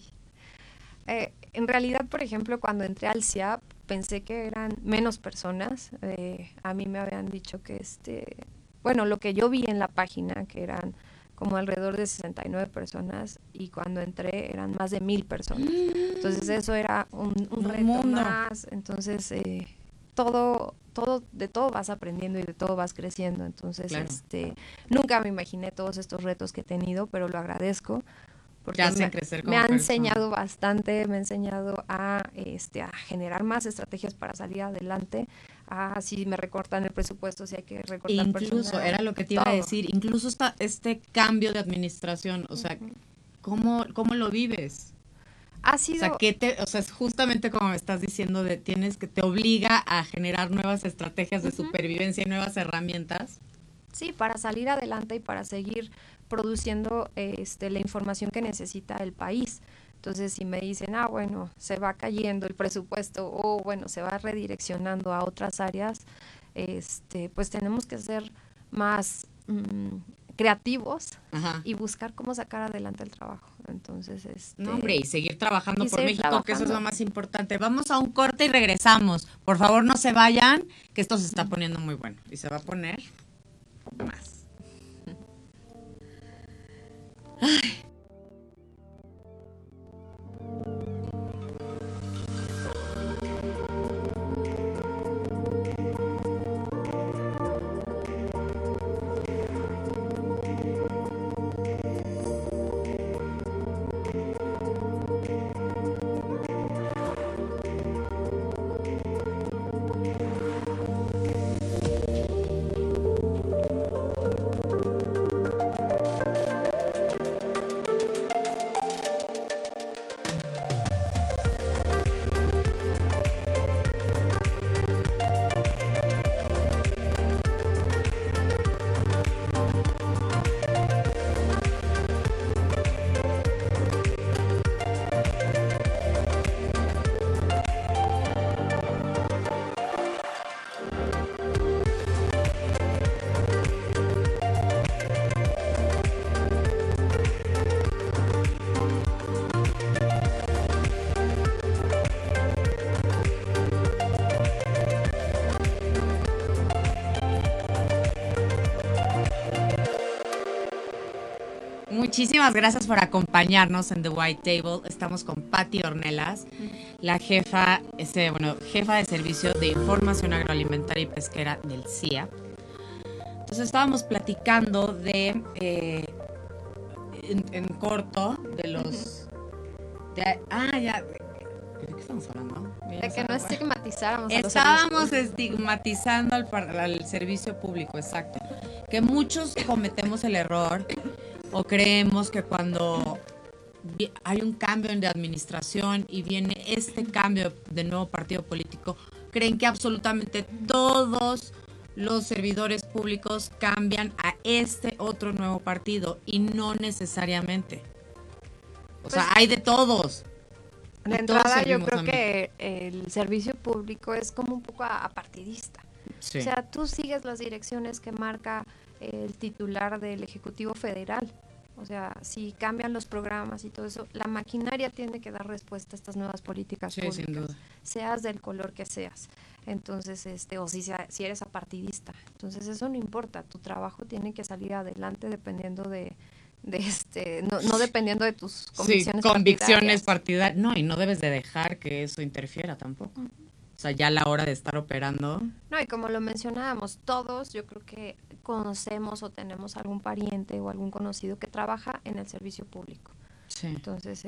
En realidad, por ejemplo, cuando entré al CIAP, pensé que eran menos personas. A mí me habían dicho que bueno, lo que yo vi en la página, que eran como alrededor de 69 personas, y cuando entré eran más de 1,000 personas. Entonces eso era un reto mundo más. Entonces, de todo vas aprendiendo y de todo vas creciendo. Entonces, claro. Nunca me imaginé todos estos retos que he tenido, pero lo agradezco. Porque me ha enseñado bastante, me ha enseñado a generar más estrategias para salir adelante, a si me recortan el presupuesto, si hay que recortar incluso, personal, era lo que te iba a decir, incluso este cambio de administración, o sea, ¿cómo lo vives? Ha sido... O sea, es justamente como me estás diciendo, te obliga a generar nuevas estrategias de supervivencia y nuevas herramientas. Sí, para salir adelante y para seguir produciendo la información que necesita el país. Entonces, si me dicen, bueno, se va cayendo el presupuesto, o bueno, se va redireccionando a otras áreas, pues tenemos que ser más creativos. Ajá. Y buscar cómo sacar adelante el trabajo. Entonces, no, hombre, y seguir trabajando por México, trabajando. que eso es lo más importante. Vamos a un corte y regresamos. Por favor, no se vayan, que esto se está poniendo muy bueno. Y se va a poner más. Ay. Muchísimas gracias por acompañarnos en The White Table. Estamos con Patti Ornelas. la jefa de Servicio de Información Agroalimentaria y Pesquera del CIA. Entonces estábamos platicando de, en corto, de los... ¿De qué estamos hablando? De que no estigmatizáramos a los Estábamos estigmatizando al servicio público, exacto. Que muchos cometemos el error o creemos que cuando hay un cambio de administración y viene este cambio de nuevo partido político, creen que absolutamente todos los servidores públicos cambian a este otro nuevo partido, y no necesariamente. O sea, hay de todos. De entrada, yo creo que el servicio público es como un poco apartidista. Sí. O sea, tú sigues las direcciones que marca el titular del Ejecutivo Federal. O sea, si cambian los programas y todo eso, la maquinaria tiene que dar respuesta a estas nuevas políticas públicas, sin duda. Seas del color que seas. Entonces, o si eres apartidista. Entonces, eso no importa. Tu trabajo tiene que salir adelante dependiendo no dependiendo de tus convicciones partidarias. No, y no debes de dejar que eso interfiera tampoco. O sea, ya a la hora de estar operando. No, y como lo mencionábamos, todos yo creo que conocemos o tenemos algún pariente o algún conocido que trabaja en el servicio público. Sí. Entonces,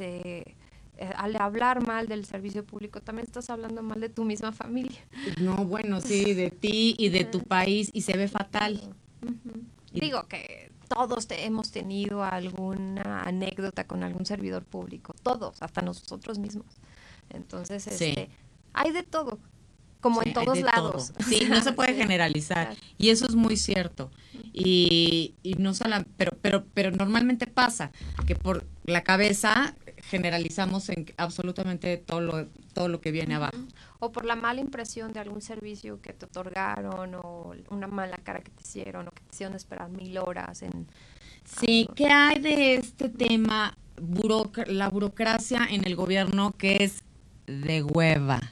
al hablar mal del servicio público, también estás hablando mal de tu misma familia. No, bueno, sí, de ti y de tu país, y se ve fatal. Uh-huh. Digo que todos hemos tenido alguna anécdota con algún servidor público, todos, hasta nosotros mismos. Entonces, hay de todo, como en todos lados. Todo. Sí, no se puede generalizar, claro. Y eso es muy cierto. Y no solo, pero normalmente pasa que por la cabeza generalizamos en absolutamente todo lo que viene abajo. O por la mala impresión de algún servicio que te otorgaron, o una mala cara que te hicieron, o que te hicieron esperar 1000 horas en... Sí, ¿qué hay de este tema, la burocracia en el gobierno, que es de hueva?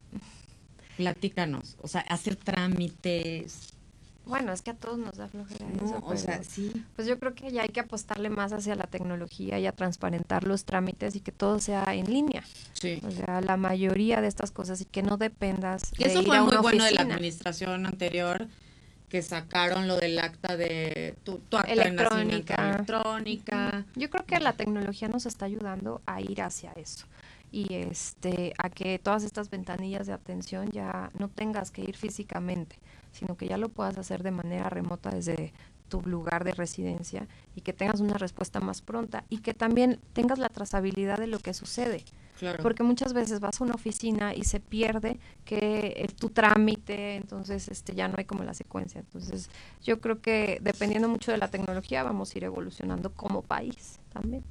Platícanos, o sea, hacer trámites... Bueno, es que a todos nos da flojera no, eso. O sea, sí. Pues yo creo que ya hay que apostarle más hacia la tecnología y a transparentar los trámites y que todo sea en línea. Sí. O sea, la mayoría de estas cosas, y que no dependas de eso ir fue a una muy bueno oficina. de la administración anterior, que sacaron lo del acta de tu acta electrónica. De nacimiento electrónica. Yo creo que la tecnología nos está ayudando a ir hacia eso. Y a que todas estas ventanillas de atención ya no tengas que ir físicamente, sino que ya lo puedas hacer de manera remota desde tu lugar de residencia, y que tengas una respuesta más pronta, y que también tengas la trazabilidad de lo que sucede. Claro. Porque muchas veces vas a una oficina y se pierde que tu trámite, entonces ya no hay como la secuencia. Entonces yo creo que dependiendo mucho de la tecnología vamos a ir evolucionando como país también.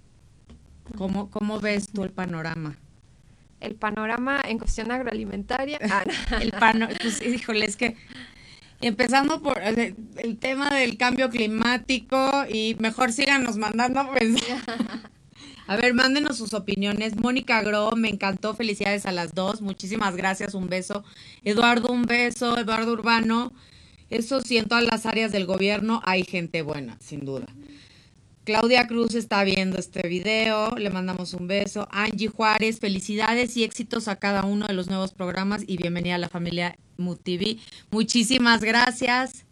¿Cómo ves tú el panorama? El panorama en cuestión agroalimentaria. Pues híjole, es que empezando por el tema del cambio climático, y mejor síganos mandando, pues. A ver, mándenos sus opiniones. Mónica Gro, me encantó, felicidades a las dos, muchísimas gracias, un beso. Eduardo, un beso. Eduardo Urbano, eso sí, en todas las áreas del gobierno hay gente buena, sin duda. Claudia Cruz está viendo este video, le mandamos un beso. Angie Juárez, felicidades y éxitos a cada uno de los nuevos programas, y bienvenida a la familia Mood TV. Muchísimas gracias.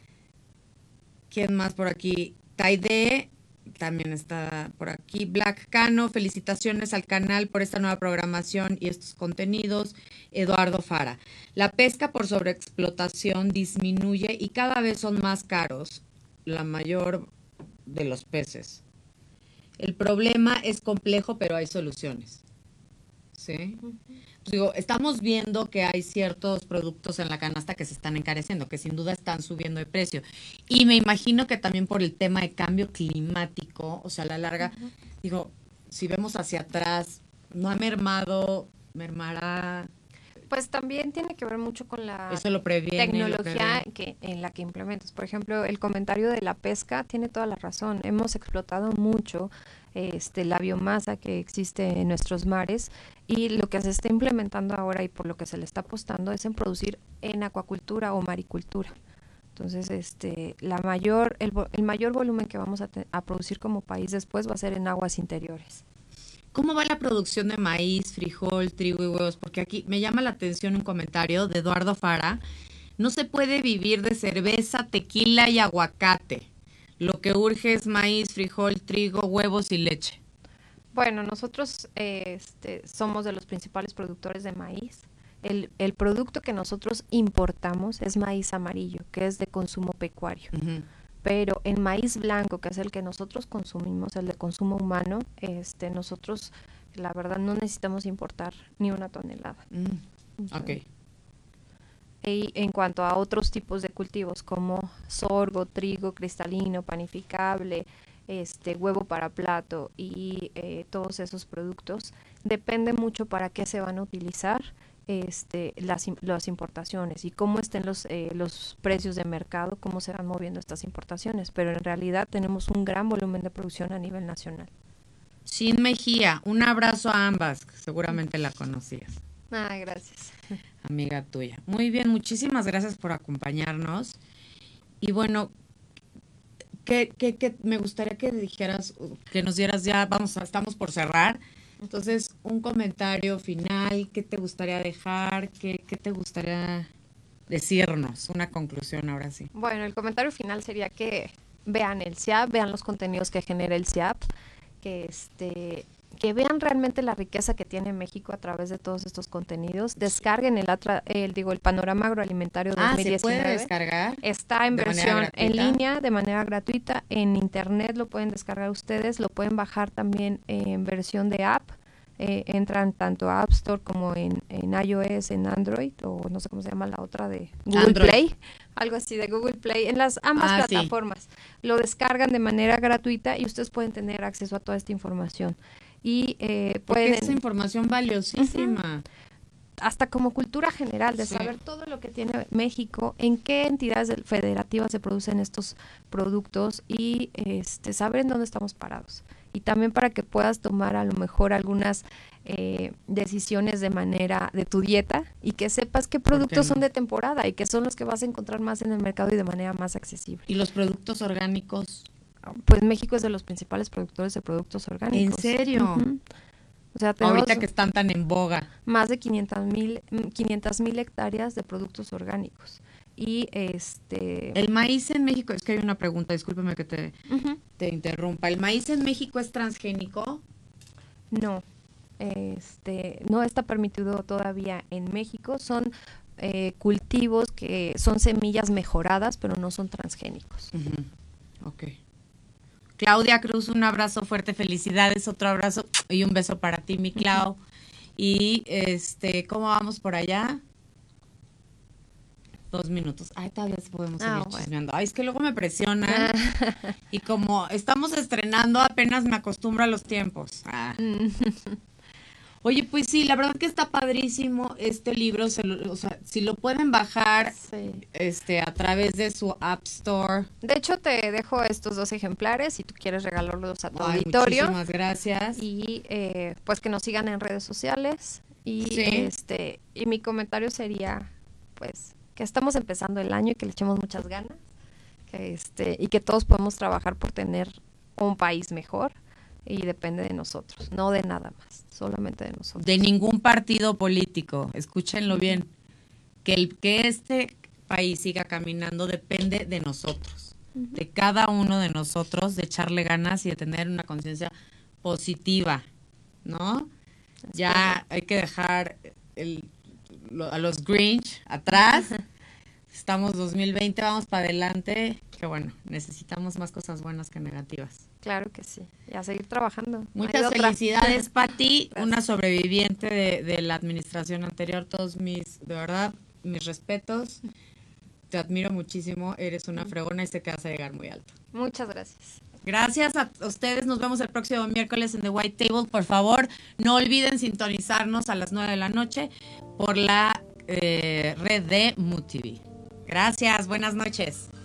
¿Quién más por aquí? Taide también está por aquí. Black Cano, felicitaciones al canal por esta nueva programación y estos contenidos. Eduardo Fara, la pesca por sobreexplotación disminuye y cada vez son más caros la mayor de los peces. El problema es complejo, pero hay soluciones. ¿Sí? Pues digo, estamos viendo que hay ciertos productos en la canasta que se están encareciendo, que sin duda están subiendo de precio. Y me imagino que también por el tema de cambio climático, o sea, a la larga, digo, si vemos hacia atrás, no ha mermado, mermará. Pues también tiene que ver mucho con la tecnología en la que implementas. Por ejemplo, el comentario de la pesca tiene toda la razón. Hemos explotado mucho la biomasa que existe en nuestros mares, y lo que se está implementando ahora y por lo que se le está apostando es en producir en acuacultura o maricultura. Entonces, el mayor volumen que vamos a producir como país después va a ser en aguas interiores. ¿Cómo va la producción de maíz, frijol, trigo y huevos? Porque aquí me llama la atención un comentario de Eduardo Fara. No se puede vivir de cerveza, tequila y aguacate. Lo que urge es maíz, frijol, trigo, huevos y leche. Bueno, nosotros somos de los principales productores de maíz. El producto que nosotros importamos es maíz amarillo, que es de consumo pecuario. Uh-huh. Pero el maíz blanco, que es el que nosotros consumimos, el de consumo humano, nosotros, la verdad, no necesitamos importar ni una tonelada. Ok. Y en cuanto a otros tipos de cultivos como sorgo, trigo cristalino, panificable, huevo para plato y todos esos productos, depende mucho para qué se van a utilizar las importaciones y cómo estén los precios de mercado, cómo se van moviendo estas importaciones, pero en realidad tenemos un gran volumen de producción a nivel nacional. Sin Mejía, un abrazo a ambas, que seguramente la conocías. Gracias. Amiga tuya. Muy bien, muchísimas gracias por acompañarnos. Y bueno, que me gustaría que dijeras, que nos dieras ya, estamos por cerrar. Entonces, un comentario final, ¿qué te gustaría dejar? ¿Qué te gustaría decirnos? Una conclusión ahora sí. Bueno, el comentario final sería que vean el CIAP, vean los contenidos que genera el CIAP, que vean realmente la riqueza que tiene México a través de todos estos contenidos. Descarguen el panorama agroalimentario 2019. ¿Se puede descargar? Está en versión en línea, de manera gratuita. En internet lo pueden descargar ustedes, lo pueden bajar también en versión de app. Entran tanto a App Store como en iOS, en Android, o no sé cómo se llama la otra de Google Android. Play, algo así de Google Play, en las ambas plataformas. Sí. Lo descargan de manera gratuita y ustedes pueden tener acceso a toda esta información. Y pueden... esa información valiosísima. Hasta como cultura general, de saber todo lo que tiene México, en qué entidades federativas se producen estos productos y saber en dónde estamos parados. Y también para que puedas tomar a lo mejor algunas decisiones de tu dieta y que sepas qué productos son de temporada y que son los que vas a encontrar más en el mercado y de manera más accesible. ¿Y los productos orgánicos? Pues México es de los principales productores de productos orgánicos. ¿En serio? Uh-huh. O sea, ahorita que están tan en boga. Más de 500,000 hectáreas de productos orgánicos. Y El maíz en México, es que hay una pregunta, discúlpeme que te interrumpa. ¿El maíz en México es transgénico? No, no está permitido todavía en México. Son cultivos que son semillas mejoradas, pero no son transgénicos. Uh-huh. Ok. Claudia Cruz, un abrazo fuerte, felicidades, otro abrazo y un beso para ti, mi Clau. Uh-huh. Y ¿cómo vamos por allá? 2 minutos. Ay, tal vez podemos seguir chismeando. Ay, es que luego me presionan. Y como estamos estrenando, apenas me acostumbro a los tiempos. Oye, pues sí, la verdad que está padrísimo este libro. Si lo pueden bajar a través de su App Store. De hecho, te dejo estos 2 ejemplares si tú quieres regalarlos a tu auditorio. Muchísimas gracias. Y pues que nos sigan en redes sociales. Y y mi comentario sería, pues, que estamos empezando el año y que le echemos muchas ganas, y que todos podemos trabajar por tener un país mejor y depende de nosotros, no de nada más, solamente de nosotros. De ningún partido político, escúchenlo bien, que este país siga caminando depende de nosotros, uh-huh, de cada uno de nosotros, de echarle ganas y de tener una conciencia positiva, ¿no? Ya hay que dejar a los Grinch atrás. Estamos 2020, vamos para adelante. Que bueno, necesitamos más cosas buenas que negativas. Claro que sí. Y a seguir trabajando. Muchas felicidades, Pati, una sobreviviente de la administración anterior. De verdad, mis respetos. Te admiro muchísimo. Eres una fregona y sé que vas a llegar muy alto. Muchas gracias. Gracias a ustedes, nos vemos el próximo miércoles en The White Table. Por favor, no olviden sintonizarnos a las 9 de la noche por la red de MUTV. Gracias, buenas noches.